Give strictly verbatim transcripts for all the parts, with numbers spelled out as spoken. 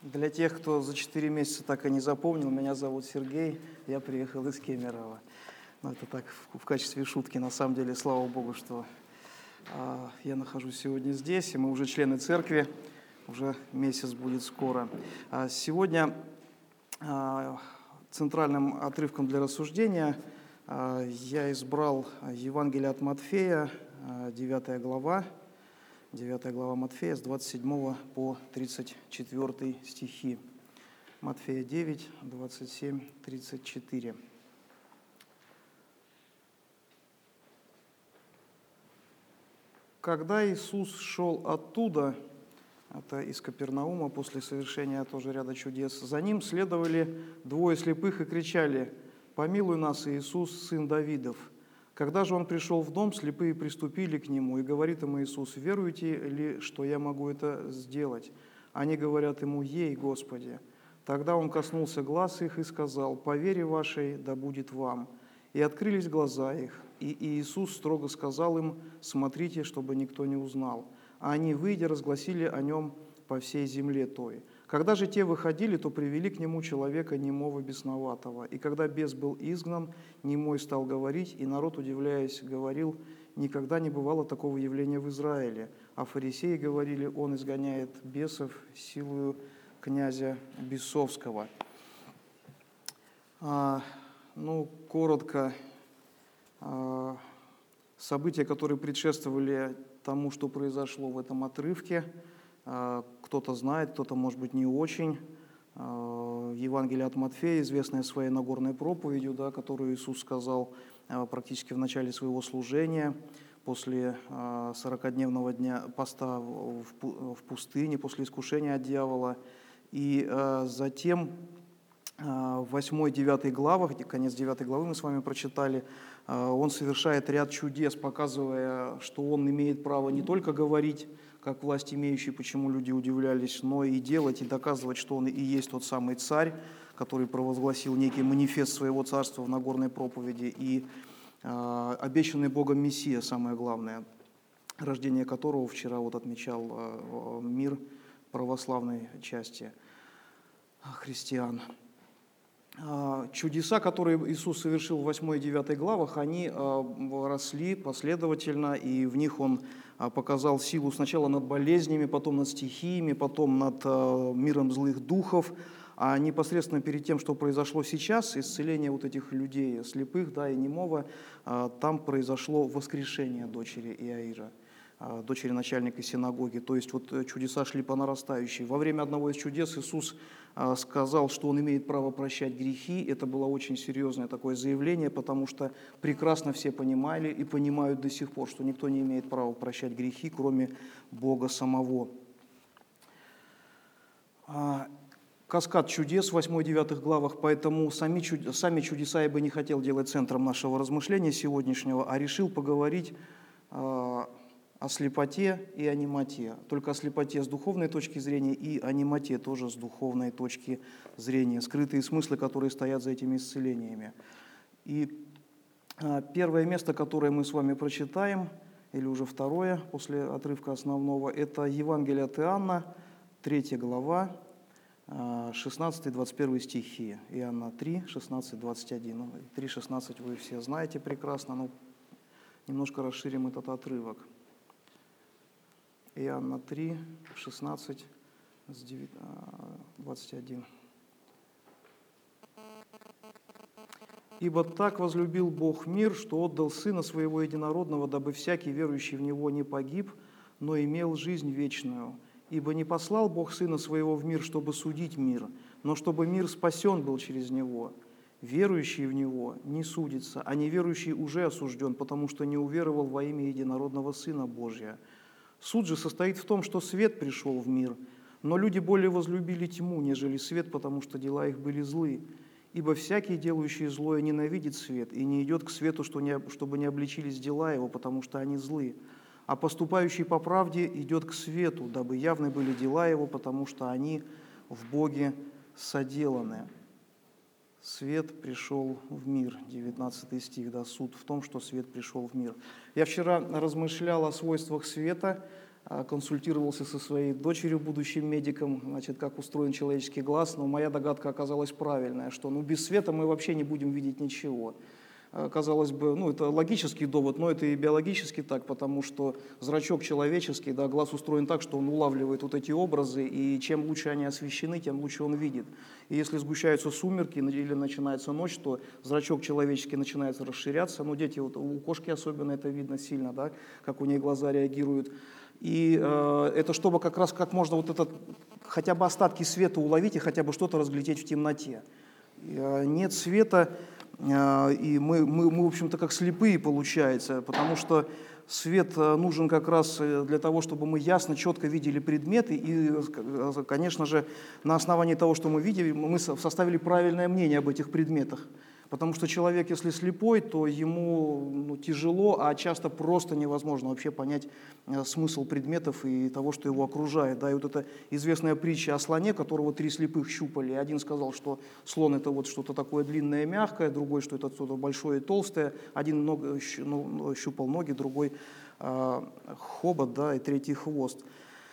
Для тех, кто за четыре месяца так и не запомнил, меня зовут Сергей, я приехал из Кемерово. Ну, это так в, в качестве шутки. На самом деле, слава Богу, что а, я нахожусь сегодня здесь, и мы уже члены церкви, уже месяц будет скоро. А сегодня а, центральным отрывком для рассуждения а, я избрал Евангелие от Матфея, а, девятая глава. девятая глава Матфея с двадцать седьмого по тридцать четвёртый стихи. Матфея девять, двадцать семь, тридцать четыре. Когда Иисус шел оттуда, это из Капернаума, после совершения тоже ряда чудес, за ним следовали двое слепых и кричали: «Помилуй нас, Иисус, сын Давидов». Когда же он пришел в дом, слепые приступили к нему, и говорит им Иисус: «Веруете ли, что я могу это сделать?» Они говорят ему: «Ей, Господи». Тогда он коснулся глаз их и сказал: «По вере вашей да будет вам». И открылись глаза их, и Иисус строго сказал им: «Смотрите, чтобы никто не узнал». А они, выйдя, разгласили о нем по всей земле той. Когда же те выходили, то привели к нему человека немого, бесноватого. И когда бес был изгнан, немой стал говорить, и народ, удивляясь, говорил: никогда не бывало такого явления в Израиле. А фарисеи говорили: он изгоняет бесов силою князя Бесовского. А, ну, коротко, а, события, которые предшествовали тому, что произошло в этом отрывке. Кто-то знает, кто-то, может быть, не очень. Евангелие от Матфея, известное своей Нагорной проповедью, да, которую Иисус сказал практически в начале своего служения, после сорокадневного дня поста в пустыне, после искушения от дьявола. И затем в восьмой-девятой главах, конец девятой главы мы с вами прочитали, он совершает ряд чудес, показывая, что он имеет право не только говорить, как власть имеющий, почему люди удивлялись, но и делать, и доказывать, что он и есть тот самый царь, который провозгласил некий манифест своего царства в Нагорной проповеди, и э, обещанный Богом Мессия, самое главное, рождение которого вчера вот отмечал э, мир православной части христиан. Чудеса, которые Иисус совершил в восьмой и девятой главах, они росли последовательно, и в них Он показал силу сначала над болезнями, потом над стихиями, потом над миром злых духов, а непосредственно перед тем, что произошло сейчас, исцеление вот этих людей, слепых, да, и немого, там произошло воскрешение дочери Иаира, дочери начальника синагоги. То есть вот чудеса шли по нарастающей. Во время одного из чудес Иисус сказал, что Он имеет право прощать грехи. Это было очень серьезное такое заявление, потому что прекрасно все понимали и понимают до сих пор, что никто не имеет права прощать грехи, кроме Бога самого. Каскад чудес в восьмой-девятых главах, поэтому сами чудеса я бы не хотел делать центром нашего размышления сегодняшнего, а решил поговорить о слепоте и о немоте. Только о слепоте с духовной точки зрения и о немоте тоже с духовной точки зрения. Скрытые смыслы, которые стоят за этими исцелениями. И первое место, которое мы с вами прочитаем, или уже второе после отрывка основного, это Евангелие от Иоанна, третья глава, шестнадцатый-двадцать первый стихи. Иоанна три, шестнадцать, двадцать один. Ну, три, шестнадцать вы все знаете прекрасно, но немножко расширим этот отрывок. Иоанна три, шестнадцать, двадцать один. «Ибо так возлюбил Бог мир, что отдал Сына Своего Единородного, дабы всякий верующий в Него не погиб, но имел жизнь вечную. Ибо не послал Бог Сына Своего в мир, чтобы судить мир, но чтобы мир спасен был через Него. Верующий в Него не судится, а неверующий уже осужден, потому что не уверовал во имя Единородного Сына Божия. Суд же состоит в том, что свет пришел в мир, но люди более возлюбили тьму, нежели свет, потому что дела их были злы. Ибо всякий, делающий злое, ненавидит свет и не идет к свету, чтобы не обличились дела его, потому что они злы. А поступающий по правде идет к свету, дабы явны были дела его, потому что они в Боге соделаны». Свет пришел в мир, девятнадцатый стих, да, суд в том, что свет пришел в мир. Я вчера размышлял о свойствах света, а, консультировался со своей дочерью, будущим медиком, значит, как устроен человеческий глаз, но моя догадка оказалась правильная, что ну, без света мы вообще не будем видеть ничего. Казалось бы, ну, это логический довод, но это и биологически так, потому что зрачок человеческий, да, глаз устроен так, что он улавливает вот эти образы, и чем лучше они освещены, тем лучше он видит. И если сгущаются сумерки или начинается ночь, то зрачок человеческий начинает расширяться. Ну, дети, вот, у кошки особенно это видно сильно, да, как у нее глаза реагируют. И э, это чтобы как раз как можно вот этот, хотя бы остатки света уловить и хотя бы что-то разглядеть в темноте. И, э, нет света. И мы, мы, мы, в общем-то, как слепые получается, потому что свет нужен как раз для того, чтобы мы ясно, четко видели предметы, и, конечно же, на основании того, что мы видели, мы составили правильное мнение об этих предметах. Потому что человек, если слепой, то ему ну, тяжело, а часто просто невозможно вообще понять смысл предметов и того, что его окружает. Да, и вот эта известная притча о слоне, которого три слепых щупали. Один сказал, что слон – это вот что-то такое длинное и мягкое, другой, что это что-то большое и толстое. Один ног, щупал ноги, другой э, хобот, да, и третий хвост.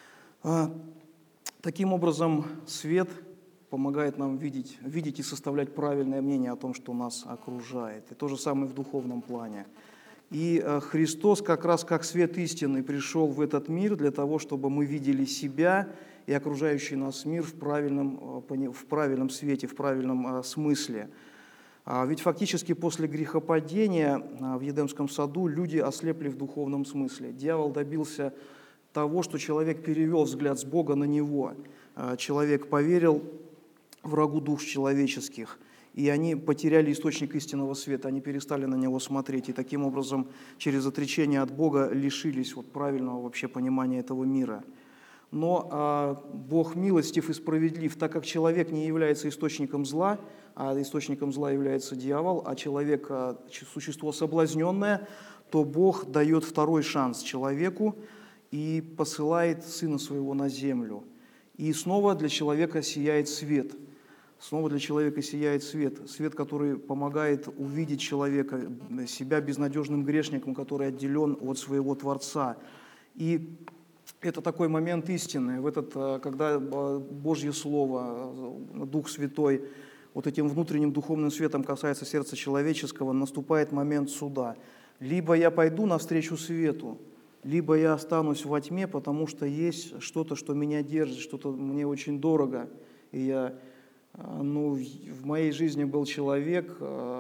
А, таким образом, свет помогает нам видеть, видеть и составлять правильное мнение о том, что нас окружает. И то же самое в духовном плане. И Христос как раз как свет истины пришел в этот мир для того, чтобы мы видели себя и окружающий нас мир в правильном, в правильном свете, в правильном смысле. Ведь фактически после грехопадения в Едемском саду люди ослепли в духовном смысле. Дьявол добился того, что человек перевел взгляд с Бога на него. Человек поверил врагу душ человеческих, и они потеряли источник истинного света, они перестали на него смотреть, и таким образом через отречение от Бога лишились вот правильного вообще понимания этого мира. Но а, Бог милостив и справедлив, так как человек не является источником зла, а источником зла является дьявол, а человек а, существо соблазненное, то Бог дает второй шанс человеку и посылает Сына Своего на землю. И снова для человека сияет свет. Снова для человека сияет свет. Свет, который помогает увидеть человека, себя безнадежным грешником, который отделен от своего Творца. И это такой момент истины. В этот, когда Божье Слово, Дух Святой, вот этим внутренним духовным светом касается сердца человеческого, наступает момент суда. Либо я пойду навстречу свету, либо я останусь во тьме, потому что есть что-то, что меня держит, что-то мне очень дорого. И я, ну, в моей жизни был человек,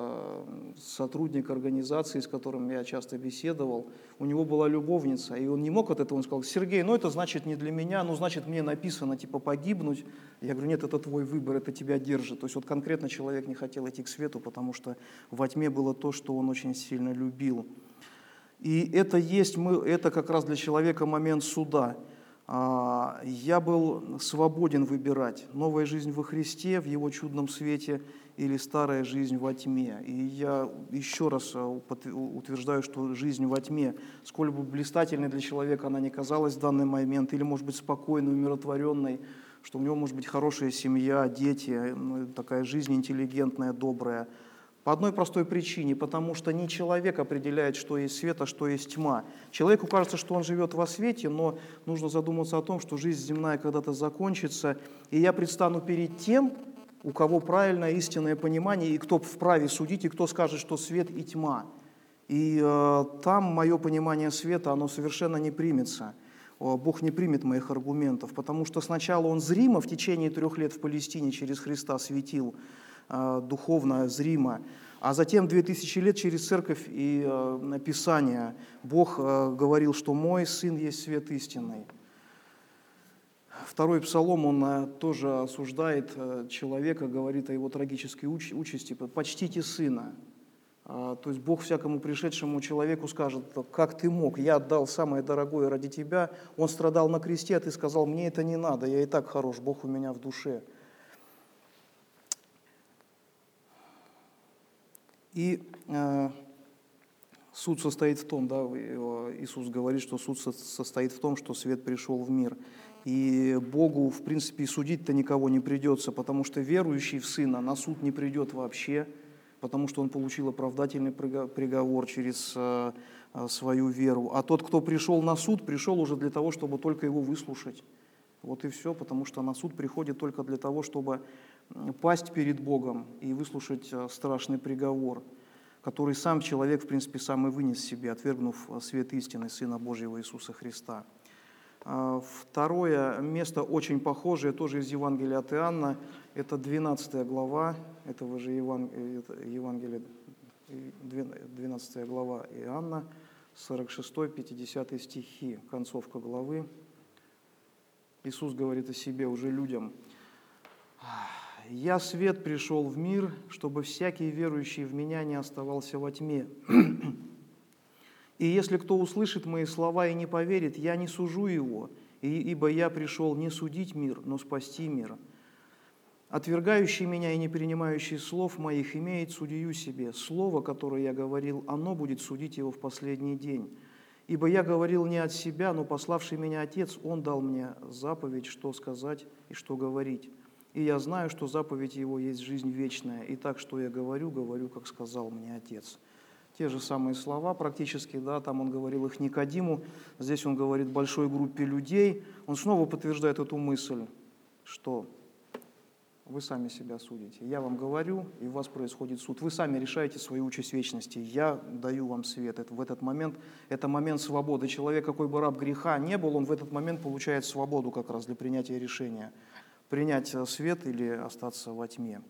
сотрудник организации, с которым я часто беседовал. У него была любовница, и он не мог от этого. Он сказал: Сергей, ну это значит не для меня, ну значит мне написано типа погибнуть. Я говорю: нет, это твой выбор, это тебя держит. То есть вот конкретно человек не хотел идти к свету, потому что во тьме было то, что он очень сильно любил. И это есть, мы, это как раз для человека момент суда. Я был свободен выбирать: новая жизнь во Христе, в Его чудном свете, или старая жизнь во тьме. И я еще раз утверждаю, что жизнь во тьме, сколь бы блистательной для человека она ни казалась в данный момент, или, может быть, спокойной, умиротворенной, что у него может быть хорошая семья, дети, ну, такая жизнь интеллигентная, добрая. По одной простой причине, потому что не человек определяет, что есть свет, а что есть тьма. Человеку кажется, что он живет во свете, но нужно задуматься о том, что жизнь земная когда-то закончится, и я предстану перед тем, у кого правильное истинное понимание, и кто вправе судить, и кто скажет, что свет и тьма. И э, там мое понимание света, оно совершенно не примется. Бог не примет моих аргументов, потому что сначала Он зримо в течение трех лет в Палестине через Христа светил, духовно, зримо, а затем две тысячи лет через церковь и э, Писание Бог э, говорил, что «мой Сын есть свет истинный». Второй псалом, он э, тоже осуждает э, человека, говорит о его трагической уч- участи. «Почтите Сына». А, то есть Бог всякому пришедшему человеку скажет: «Как ты мог? Я отдал самое дорогое ради тебя. Он страдал на кресте, а ты сказал: мне это не надо, я и так хорош, Бог у меня в душе». И э, суд состоит в том, да, Иисус говорит, что суд состоит в том, что свет пришел в мир. И Богу, в принципе, судить-то никого не придется, потому что верующий в Сына на суд не придет вообще, потому что он получил оправдательный приговор через э, свою веру. А тот, кто пришел на суд, пришел уже для того, чтобы только его выслушать. Вот и все, потому что на суд приходит только для того, чтобы пасть перед Богом и выслушать страшный приговор, который сам человек, в принципе, сам и вынес себе, отвергнув свет истины Сына Божьего Иисуса Христа. Второе место очень похожее, тоже из Евангелия от Иоанна, это двенадцатая глава этого же Евангелия, двенадцатая глава Иоанна, сорок шестой пятидесятый стихи, концовка главы. Иисус говорит о себе уже людям. «Я свет пришел в мир, чтобы всякий верующий в Меня не оставался во тьме. И если кто услышит мои слова и не поверит, я не сужу его, ибо я пришел не судить мир, но спасти мир. Отвергающий меня и не принимающий слов моих имеет судью себе. Слово, которое я говорил, оно будет судить его в последний день. Ибо я говорил не от себя, но пославший меня Отец, Он дал мне заповедь, что сказать и что говорить. И я знаю, что заповедь Его есть жизнь вечная, и так, что я говорю, говорю, как сказал мне Отец». Те же самые слова практически, да, там он говорил их Никодиму, здесь он говорит большой группе людей. Он снова подтверждает эту мысль, что вы сами себя судите. Я вам говорю, и у вас происходит суд. Вы сами решаете свою участь вечности. Я даю вам свет. Это, в этот момент, это момент свободы. Человек, какой бы раб греха не был, он в этот момент получает свободу как раз для принятия решения. Принять свет или остаться во тьме.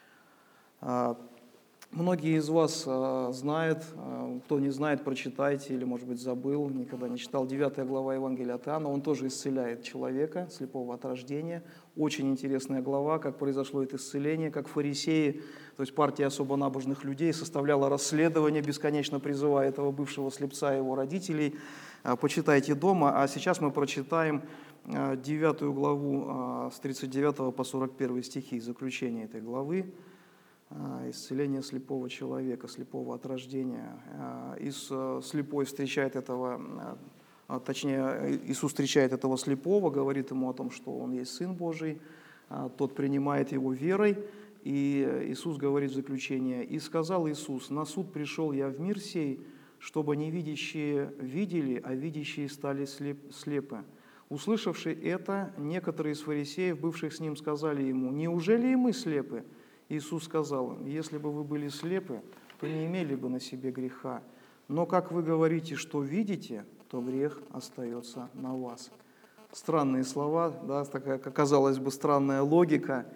Многие из вас знают, кто не знает, прочитайте, или, может быть, забыл, никогда не читал, девятая глава Евангелия от Иоанна, он тоже исцеляет человека, слепого от рождения. Очень интересная глава, как произошло это исцеление, как фарисеи, то есть партия особо набожных людей, составляла расследование, бесконечно призывая этого бывшего слепца и его родителей. Почитайте дома, а сейчас мы прочитаем девятую главу с тридцать девятого по сорок первый стихи, заключение этой главы. Исцеление слепого человека, слепого от рождения. Ис, слепой встречает этого, точнее, Иисус встречает этого слепого, говорит ему о том, что он есть Сын Божий, тот принимает его верой, и Иисус говорит в заключение: «И сказал Иисус: на суд пришел я в мир сей, чтобы невидящие видели, а видящие стали слеп, слепы». Услышавши это, некоторые из фарисеев, бывших с ним, сказали ему: «Неужели и мы слепы?» Иисус сказал им: «Если бы вы были слепы, то не имели бы на себе греха. Но как вы говорите, что видите, то грех остается на вас». Странные слова, да, такая, казалось бы, странная логика.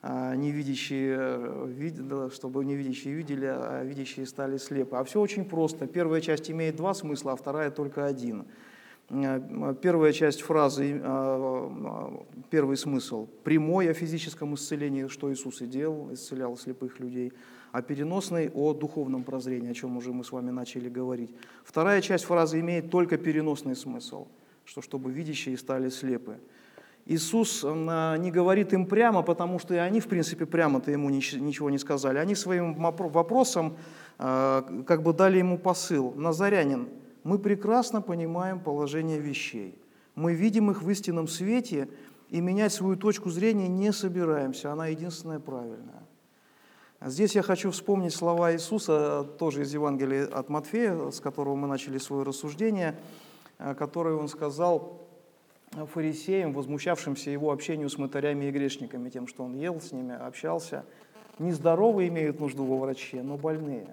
Невидящие, чтобы невидящие видели, а видящие стали слепы. А все очень просто. Первая часть имеет два смысла, а вторая только один. Первая часть фразы, первый смысл прямой о физическом исцелении, что Иисус и делал, исцелял слепых людей, а переносный о духовном прозрении, о чем уже мы с вами начали говорить. Вторая часть фразы имеет только переносный смысл, что чтобы видящие стали слепы. Иисус не говорит им прямо, потому что и они, в принципе, прямо-то ему ничего не сказали. Они своим вопросом как бы дали ему посыл: «Назарянин, мы прекрасно понимаем положение вещей. Мы видим их в истинном свете и менять свою точку зрения не собираемся. Она единственная правильная». Здесь я хочу вспомнить слова Иисуса, тоже из Евангелия от Матфея, с которого мы начали свое рассуждение, которые он сказал фарисеям, возмущавшимся его общению с мытарями и грешниками, тем, что он ел с ними, общался. «Нездоровые имеют нужду во враче, но больные».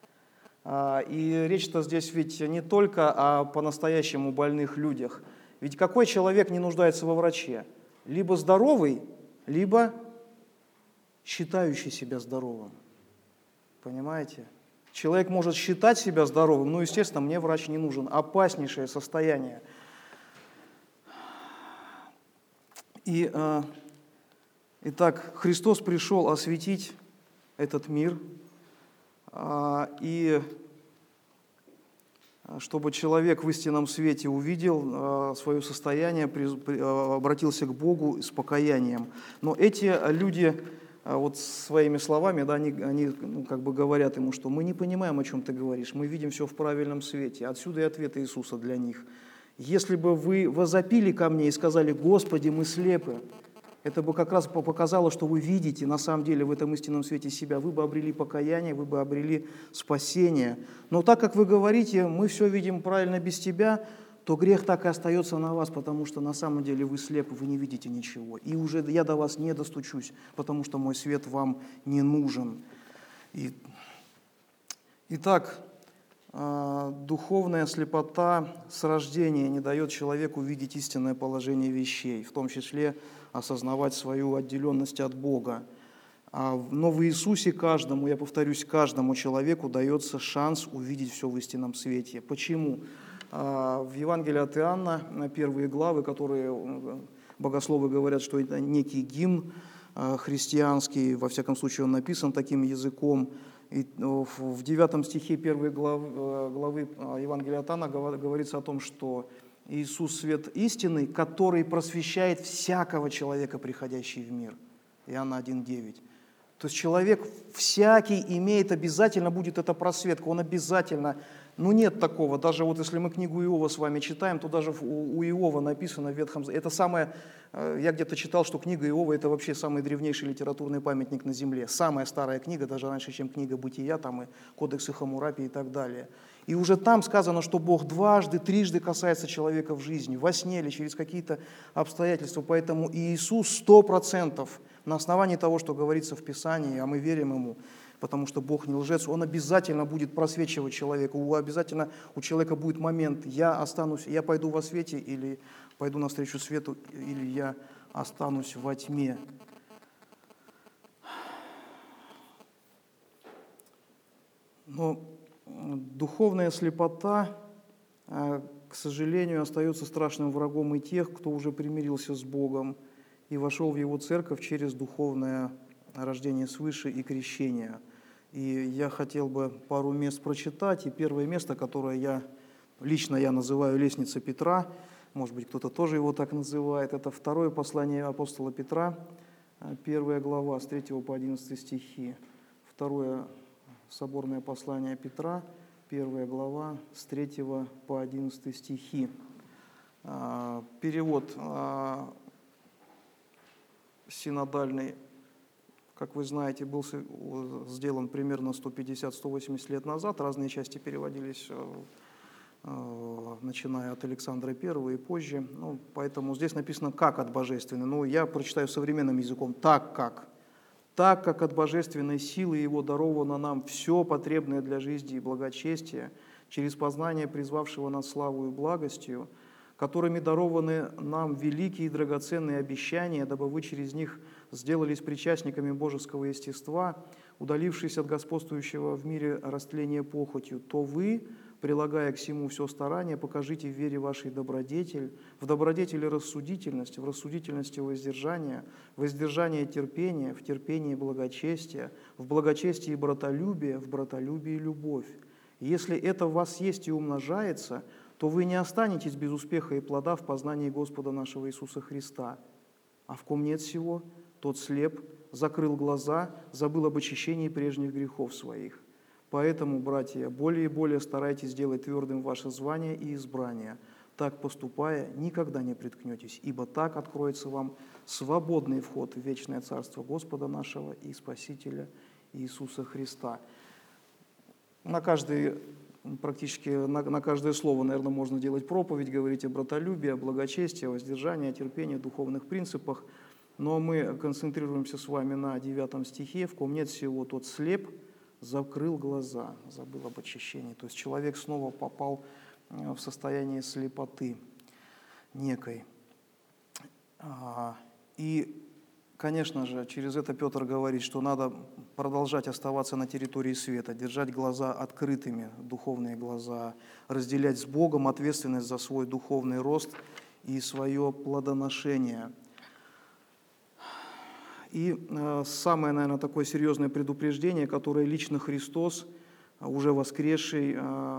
И речь-то здесь ведь не только о по-настоящему больных людях. Ведь какой человек не нуждается во враче? Либо здоровый, либо считающий себя здоровым. Понимаете? Человек может считать себя здоровым, но, естественно, мне врач не нужен. Опаснейшее состояние. И, э, итак, Христос пришел осветить этот мир, и чтобы человек в истинном свете увидел свое состояние, обратился к Богу с покаянием. Но эти люди вот своими словами, да, они, они ну, как бы говорят ему, что мы не понимаем, о чем ты говоришь, мы видим все в правильном свете. Отсюда и ответ Иисуса для них. «Если бы вы возопили ко мне и сказали: Господи, мы слепы, Это бы как раз показало, что вы видите на самом деле в этом истинном свете себя. Вы бы обрели покаяние, вы бы обрели спасение. Но так как вы говорите, мы все видим правильно без тебя, то грех так и остается на вас, потому что на самом деле вы слепы, вы не видите ничего. И уже я до вас не достучусь, потому что мой свет вам не нужен. И, итак, духовная слепота с рождения не дает человеку видеть истинное положение вещей, в том числе осознавать свою отделенность от Бога. Но в Иисусе каждому, я повторюсь, каждому человеку дается шанс увидеть все в истинном свете. Почему? В Евангелии от Иоанна, первые главы, которые богословы говорят, что это некий гимн христианский, во всяком случае он написан таким языком. И в девятом стихе первой главы, главы Евангелия от Иоанна говорится о том, что Иисус – свет истинный, который просвещает всякого человека, приходящий в мир. Иоанна один девять. То есть человек всякий имеет, обязательно будет эта просветка, он обязательно, ну нет такого, даже вот если мы книгу Иова с вами читаем, то даже у Иова написано в Ветхом Завете, это самое, я где-то читал, что книга Иова это вообще самый древнейший литературный памятник на земле, самая старая книга, даже раньше, чем книга Бытия, там и Кодексы Хаммурапи и так далее. И уже там сказано, что Бог дважды, трижды касается человека в жизни, во сне или через какие-то обстоятельства, поэтому Иисус сто процентов на основании того, что говорится в Писании, а мы верим Ему, потому что Бог не лжец, Он обязательно будет просвечивать человека, обязательно у человека будет момент, я останусь, я пойду во свете, или пойду навстречу свету, или я останусь во тьме. Но духовная слепота, к сожалению, остается страшным врагом и тех, кто уже примирился с Богом и вошел в Его церковь через духовное рождение свыше и крещение. И я хотел бы пару мест прочитать. И первое место, которое я лично я называю «Лестница Петра», может быть, кто-то тоже его так называет, это второе послание апостола Петра, первая глава, с третьего по одиннадцатый стихи. Второе соборное послание Петра, первая глава, с третьего по одиннадцатый стихи. Перевод синодальный, как вы знаете, был сделан примерно сто пятьдесят - сто восемьдесят лет назад. Разные части переводились, начиная от Александра Первого и позже. Ну, поэтому здесь написано «как от божественной». Ну, я прочитаю современным языком «так как». «Так как от божественной силы Его даровано нам все потребное для жизни и благочестия, через познание призвавшего нас славу и благостью, которыми дарованы нам великие и драгоценные обещания, дабы вы через них сделались причастниками божеского естества, удалившись от господствующего в мире растления похотью, то вы, прилагая к всему все старание, покажите в вере вашей добродетель, в добродетели рассудительность, в рассудительности воздержание, в воздержание терпение, в терпении благочестие, в благочестии братолюбие, в братолюбии любовь. И если это в вас есть и умножается, то вы не останетесь без успеха и плода в познании Господа нашего Иисуса Христа. А в ком нет всего, тот слеп, закрыл глаза, забыл об очищении прежних грехов своих. Поэтому, братья, более и более старайтесь сделать твердым ваше звание и избрание. Так поступая, никогда не приткнетесь, ибо так откроется вам свободный вход в вечное Царство Господа нашего и Спасителя Иисуса Христа». На каждый Практически на, на каждое слово, наверное, можно делать проповедь, говорить о братолюбии, о благочестии, о воздержании, о терпении, о духовных принципах. Но мы концентрируемся с вами на девятом стихе. «В ком нет всего, тот слеп, закрыл глаза, забыл об очищении». То есть человек снова попал в состояние слепоты некой. И, конечно же, через это Петр говорит, что надо продолжать оставаться на территории света, держать глаза открытыми, духовные глаза, разделять с Богом ответственность за свой духовный рост и свое плодоношение. И самое, наверное, такое серьезное предупреждение, которое лично Христос, уже воскресший,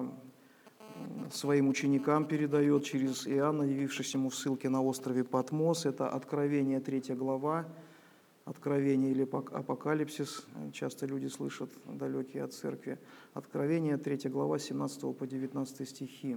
своим ученикам передает через Иоанна, явившись ему в ссылке на острове Патмос, это Откровение, третья глава, Откровение или Апокалипсис, часто люди слышат, далекие от церкви. Откровение, третья глава, с семнадцатого по девятнадцатый стихи.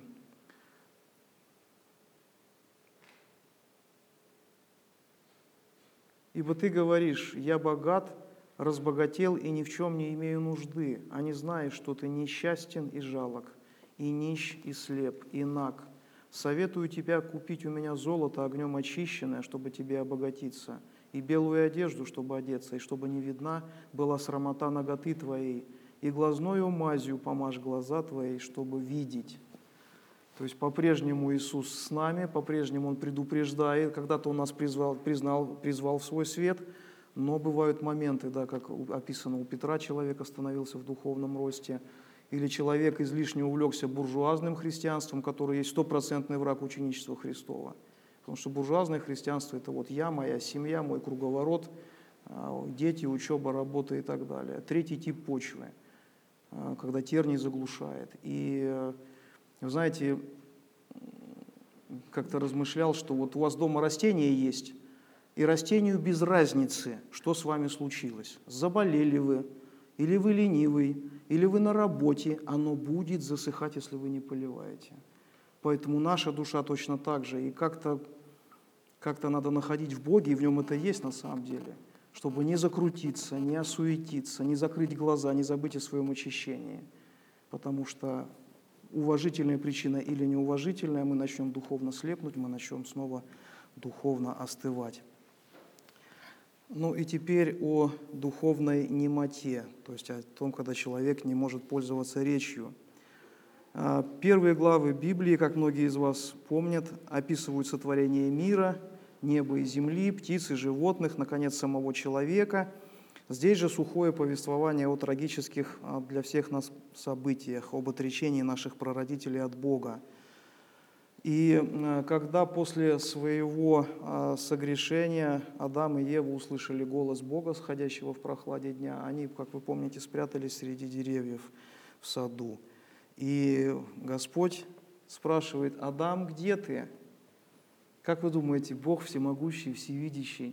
Ибо ты говоришь: я богат, разбогател и ни в чем не имею нужды, а не знаешь, что ты несчастен и жалок, и нищ, и слеп, и наг. Советую тебя купить у меня золото огнем очищенное, чтобы тебе обогатиться, и белую одежду, чтобы одеться, и чтобы не видна была срамота наготы твоей, и глазною мазью помажь глаза твои, чтобы видеть». То есть по-прежнему Иисус с нами, по-прежнему Он предупреждает. Когда-то Он нас призвал, признал, призвал в свой свет, но бывают моменты, да, как описано у Петра, человек остановился в духовном росте, или человек излишне увлекся буржуазным христианством, которое есть стопроцентный враг ученичества Христова. Потому что буржуазное христианство – это вот я, моя семья, мой круговорот, дети, учеба, работа и так далее. Третий тип почвы, когда терний заглушает. И вы знаете, как-то размышлял, что вот у вас дома растения есть, и растению без разницы, что с вами случилось. Заболели вы, или вы ленивый, или вы на работе, оно будет засыхать, если вы не поливаете. Поэтому наша душа точно так же. И как-то как-то надо находить в Боге, и в Нем это есть на самом деле, чтобы не закрутиться, не осуетиться, не закрыть глаза, не забыть о своем очищении. Потому что уважительная причина или неуважительная, мы начнем духовно слепнуть, мы начнем снова духовно остывать. Ну и теперь о духовной немоте, то есть о том, когда человек не может пользоваться речью. Первые главы Библии, как многие из вас помнят, описывают сотворение мира, неба и земли, птиц и животных, наконец, самого человека. Здесь же сухое повествование о трагических для всех нас событиях, об отречении наших прародителей от Бога. И когда после своего согрешения Адам и Ева услышали голос Бога, сходящего в прохладе дня, они, как вы помните, спрятались среди деревьев в саду. И Господь спрашивает: «Адам, где ты?» Как вы думаете, Бог всемогущий, всевидящий?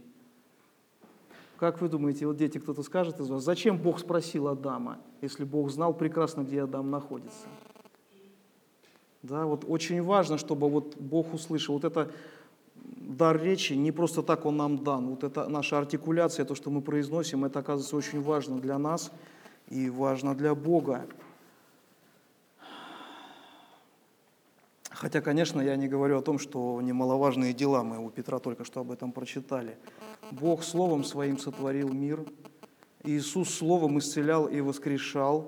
Как вы думаете, вот дети, кто-то скажет из вас, зачем Бог спросил Адама, если Бог знал прекрасно, где Адам находится? Да, вот очень важно, чтобы вот Бог услышал. Вот это дар речи, не просто так он нам дан. Вот это наша артикуляция, то, что мы произносим, это, оказывается, очень важно для нас и важно для Бога. Хотя, конечно, я не говорю о том, что немаловажные дела, мы у Петра только что об этом прочитали. Бог Словом Своим сотворил мир, Иисус Словом исцелял и воскрешал.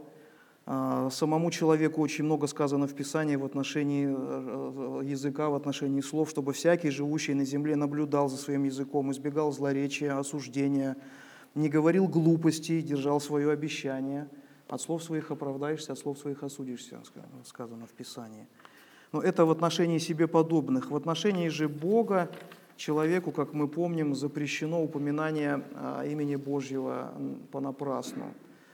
Самому человеку очень много сказано в Писании в отношении языка, в отношении слов, чтобы всякий, живущий на земле, наблюдал за своим языком, избегал злоречия, осуждения, не говорил глупостей, держал свое обещание. От слов своих оправдаешься, от слов своих осудишься, сказано в Писании. Но это в отношении себе подобных. В отношении же Бога человеку, как мы помним, запрещено упоминание имени Божьего понапрасну.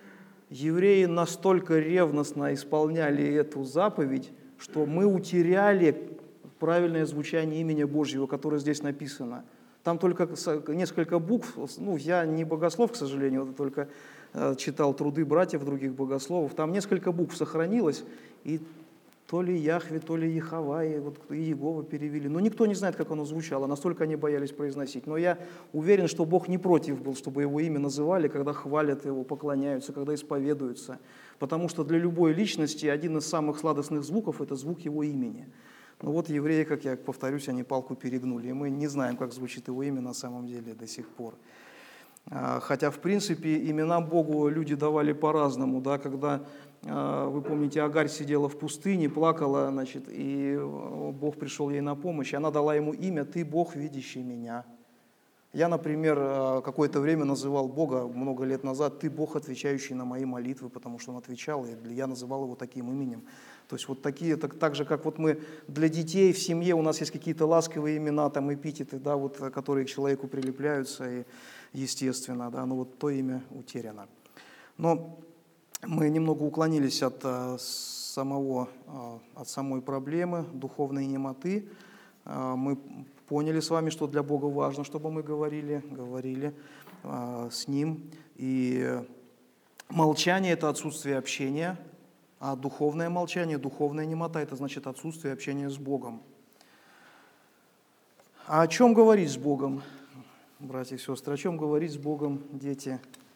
Евреи настолько ревностно исполняли эту заповедь, что мы утеряли правильное звучание имени Божьего, которое здесь написано. Там только несколько букв, ну, я не богослов, к сожалению, только читал труды братьев других богословов, там несколько букв сохранилось, и то ли Яхве, то ли Ехова, и, вот, и Иегова перевели. Но никто не знает, как оно звучало, настолько они боялись произносить. Но я уверен, что Бог не против был, чтобы его имя называли, когда хвалят его, поклоняются, когда исповедуются. Потому что для любой личности один из самых сладостных звуков – это звук его имени. Но вот евреи, как я повторюсь, они палку перегнули, и мы не знаем, как звучит его имя на самом деле до сих пор. Хотя, в принципе, имена Богу люди давали по-разному, да, когда... Вы помните, Агарь сидела в пустыне, плакала, значит, и Бог пришел ей на помощь, и она дала ему имя «Ты, Бог, видящий меня». Я, например, какое-то время называл Бога, много лет назад, «Ты, Бог, отвечающий на мои молитвы», потому что он отвечал, и я называл его таким именем. То есть вот такие, так, так же, как вот мы для детей в семье, у нас есть какие-то ласковые имена, там, эпитеты, да, вот, которые к человеку прилепляются, и естественно, да, но вот то имя утеряно. Но мы немного уклонились от, самого, от самой проблемы духовной немоты. Мы поняли с вами, что для Бога важно, чтобы мы говорили, говорили с Ним. И молчание – это отсутствие общения, а духовное молчание, духовная немота – это значит отсутствие общения с Богом. А о чем говорить с Богом? братья и сестры. О чем говорить с Богом, дети?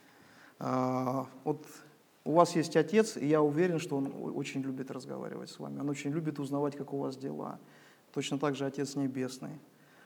А, вот у вас есть Отец, и я уверен, что Он очень любит разговаривать с вами. Он очень любит узнавать, как у вас дела. Точно так же Отец Небесный.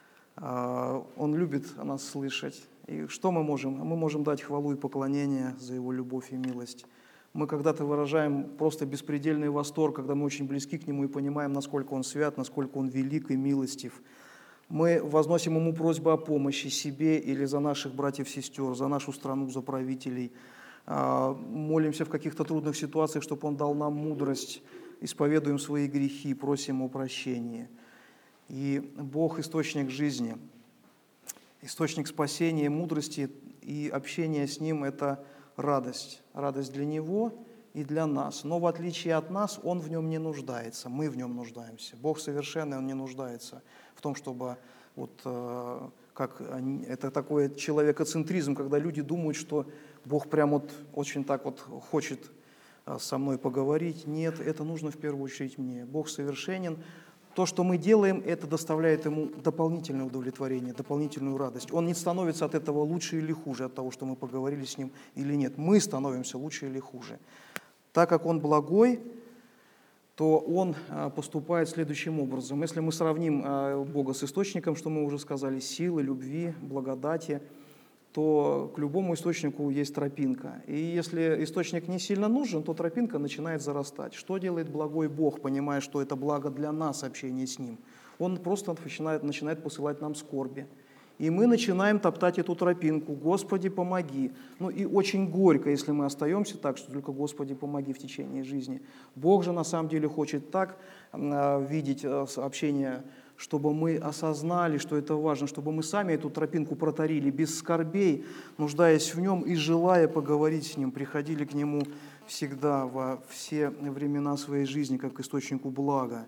А, Он любит нас слышать. И что мы можем? Мы можем дать хвалу и поклонение за Его любовь и милость. Мы когда-то выражаем просто беспредельный восторг, когда мы очень близки к Нему и понимаем, насколько Он свят, насколько Он велик и милостив. Мы возносим Ему просьбы о помощи себе или за наших братьев-сестер, за нашу страну, за правителей. Молимся в каких-то трудных ситуациях, чтобы Он дал нам мудрость, исповедуем свои грехи, просим о прощении. И Бог – источник жизни, источник спасения, мудрости и общения с Ним – это радость. Радость для Него и для нас. Но в отличие от нас, Он в нем не нуждается, мы в нем нуждаемся. Бог совершенный, Он не нуждается в том, чтобы, вот, как это такой человекоцентризм, когда люди думают, что Бог прям вот очень так вот хочет со мной поговорить. Нет, это нужно в первую очередь мне. Бог совершенен. То, что мы делаем, это доставляет Ему дополнительное удовлетворение, дополнительную радость. Он не становится от этого лучше или хуже, от того, что мы поговорили с Ним или нет. Мы становимся лучше или хуже. Так как Он благой, то Он поступает следующим образом. Если мы сравним Бога с источником, что мы уже сказали, силы, любви, благодати, то к любому источнику есть тропинка. И если источник не сильно нужен, то тропинка начинает зарастать. Что делает благой Бог, понимая, что это благо для нас общение с Ним? Он просто начинает, начинает посылать нам скорби. И мы начинаем топтать эту тропинку. Господи, помоги. Ну и очень горько, если мы остаемся так, что только Господи, помоги в течение жизни. Бог же на самом деле хочет так э, видеть э, общение, чтобы мы осознали, что это важно, чтобы мы сами эту тропинку протарили без скорбей, нуждаясь в Нем и желая поговорить с Ним, приходили к Нему всегда во все времена своей жизни, как к источнику блага.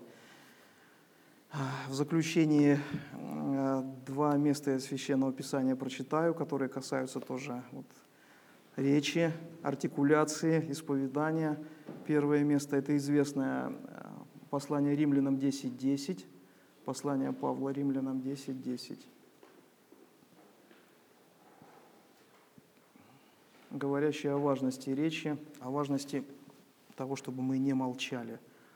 В заключении два места из Священного Писания прочитаю, которые касаются тоже вот, речи, артикуляции, исповедания. Первое место – это известное послание Римлянам десять десять. Послание Павла Римлянам десять десять. Говорящее о важности речи, о важности того, чтобы мы не молчали.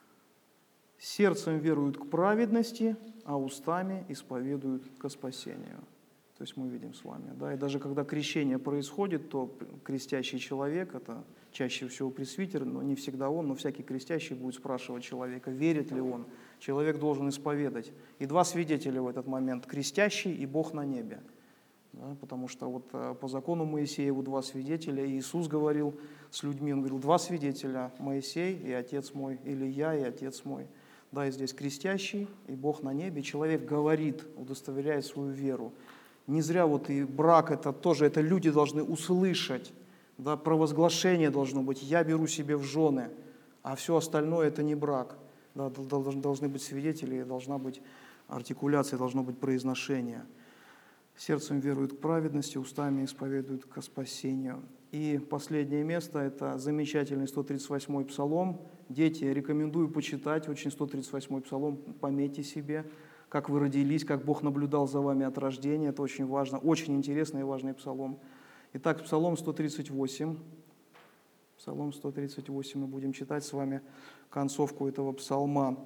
Сердцем веруют к праведности, а устами исповедуют ко спасению. То есть мы видим с вами. Да? И даже когда крещение происходит, то крестящий человек, это чаще всего пресвитер, но не всегда он, но всякий крестящий будет спрашивать человека, верит ли он. Человек должен исповедать. И два свидетеля в этот момент – крестящий и Бог на небе. Да? Потому что вот по закону Моисееву два свидетеля, и Иисус говорил с людьми, Он говорил, два свидетеля – Моисей и Отец мой, или я и Отец мой. Да, и здесь крестящий и Бог на небе. Человек говорит, удостоверяет свою веру. Не зря вот и брак это тоже, это люди должны услышать, да, провозглашение должно быть, я беру себе в жены, а все остальное это не брак. Да, должны быть свидетели, должна быть артикуляция, должно быть произношение. Сердцем веруют к праведности, устами исповедуют ко спасению. И последнее место – это замечательный сто тридцать восьмой псалом. Дети, рекомендую почитать очень сто тридцать восьмой псалом, пометьте себе, как вы родились, как Бог наблюдал за вами от рождения. Это очень важно, очень интересный и важный псалом. Итак, псалом сто тридцать восемь. Псалом сто тридцать восемь, мы будем читать с вами концовку этого псалма.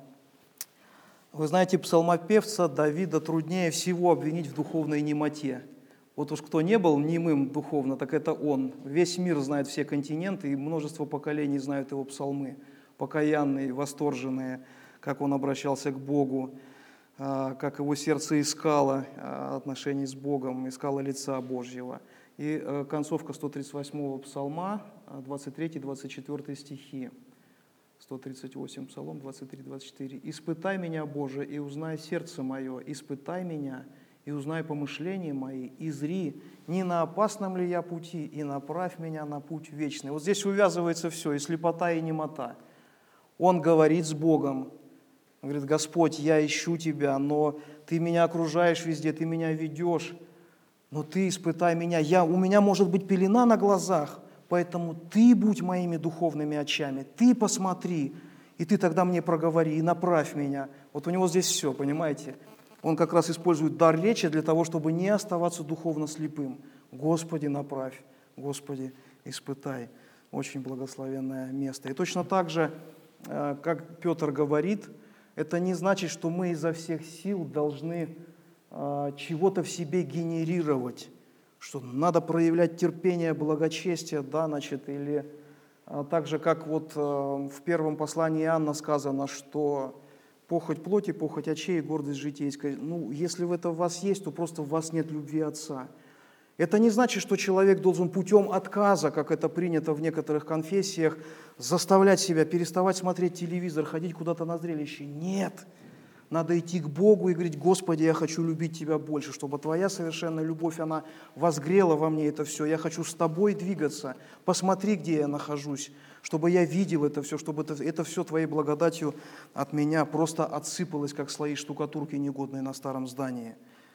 Вы знаете, псалмопевца Давида труднее всего обвинить в духовной немоте. Вот уж кто не был немым духовно, так это он. Весь мир знает все континенты, и множество поколений знают его псалмы. Покаянные, восторженные, как он обращался к Богу, как его сердце искало отношений с Богом, искало лица Божьего. И концовка сто тридцать восьмого псалма, двадцать третий двадцать четвёртый стихи. сто тридцать восемь, Псалом двадцать три двадцать четыре. «Испытай меня, Боже, и узнай сердце мое, испытай меня, и узнай помышления мои, и зри, не на опасном ли я пути, и направь меня на путь вечный». Вот здесь увязывается все, и слепота, и немота. Он говорит с Богом, он говорит, Господь, я ищу Тебя, но Ты меня окружаешь везде, Ты меня ведешь, но Ты испытай меня. Я, у меня может быть пелена на глазах, поэтому Ты будь моими духовными очами, Ты посмотри, и Ты тогда мне проговори, и направь меня. Вот у него здесь все, понимаете? Он как раз использует дар речи для того, чтобы не оставаться духовно слепым. Господи, направь, Господи, испытай. Очень благословенное место. И точно так же, как Петр говорит, это не значит, что мы изо всех сил должны чего-то в себе генерировать, что надо проявлять терпение, благочестие, да, значит, или так же, как вот в первом послании Иоанна сказано, что похоть плоти, похоть очей, гордость житейская. Ну, если это в вас есть, то просто в вас нет любви Отца. Это не значит, что человек должен путем отказа, как это принято в некоторых конфессиях, заставлять себя переставать смотреть телевизор, ходить куда-то на зрелище. Нет. Надо идти к Богу и говорить: Господи, я хочу любить Тебя больше, чтобы Твоя совершенная любовь, она возгрела во мне это все. Я хочу с Тобой двигаться. Посмотри, где я нахожусь, чтобы я видел это все, чтобы это, это все Твоей благодатью от меня просто отсыпалось, как слои штукатурки негодные на старом здании.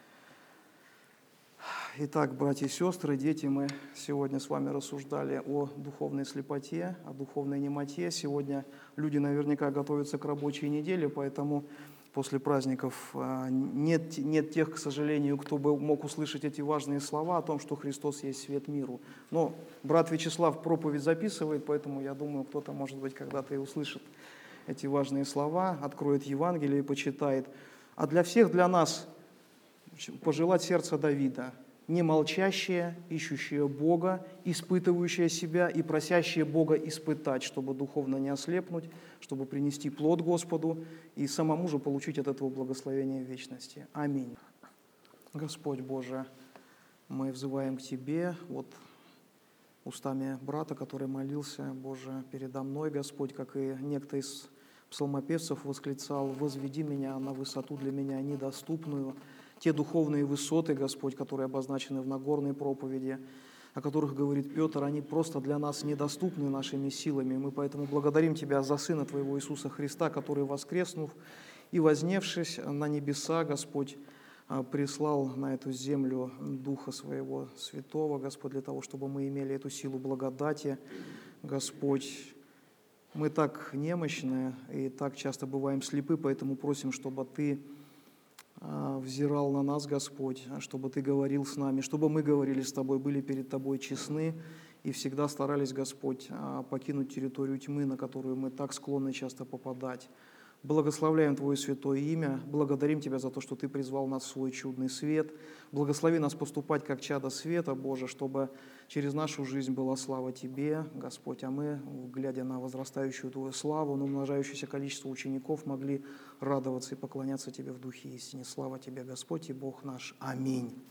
Итак, братья и сестры, дети, мы сегодня с вами рассуждали о духовной слепоте, о духовной немоте. Сегодня люди наверняка готовятся к рабочей неделе, поэтому после праздников нет, нет тех, к сожалению, кто бы мог услышать эти важные слова о том, что Христос есть свет миру. Но брат Вячеслав проповедь записывает, поэтому я думаю, кто-то, может быть, когда-то и услышит эти важные слова, откроет Евангелие и почитает. А для всех, для нас пожелать сердца Давида, не молчащее, ищущее Бога, испытывающее себя и просящее Бога испытать, чтобы духовно не ослепнуть, чтобы принести плод Господу и самому же получить от этого благословения вечности. Аминь. Господь Боже, мы взываем к Тебе, вот устами брата, который молился, Боже, передо мной, Господь, как и некто из псалмопевцев восклицал: «Возведи меня на высоту для меня недоступную». Те духовные высоты, Господь, которые обозначены в Нагорной проповеди, о которых говорит Петр, они просто для нас недоступны нашими силами. Мы поэтому благодарим Тебя за Сына Твоего Иисуса Христа, который, воскреснув и возневшись на небеса, Господь, прислал на эту землю Духа Своего Святого, Господь, для того, чтобы мы имели эту силу благодати. Господь, мы так немощны и так часто бываем слепы, поэтому просим, чтобы Ты взирал на нас, Господь, чтобы Ты говорил с нами, чтобы мы говорили с Тобой, были перед Тобой честны и всегда старались, Господь, покинуть территорию тьмы, на которую мы так склонны часто попадать. Благословляем Твое святое имя, благодарим Тебя за то, что Ты призвал нас в свой чудный свет. Благослови нас поступать как чадо света, Боже, чтобы через нашу жизнь была слава Тебе, Господь, а мы, глядя на возрастающую Твою славу, на умножающееся количество учеников, могли радоваться и поклоняться Тебе в духе истине. Слава Тебе, Господь и Бог наш. Аминь.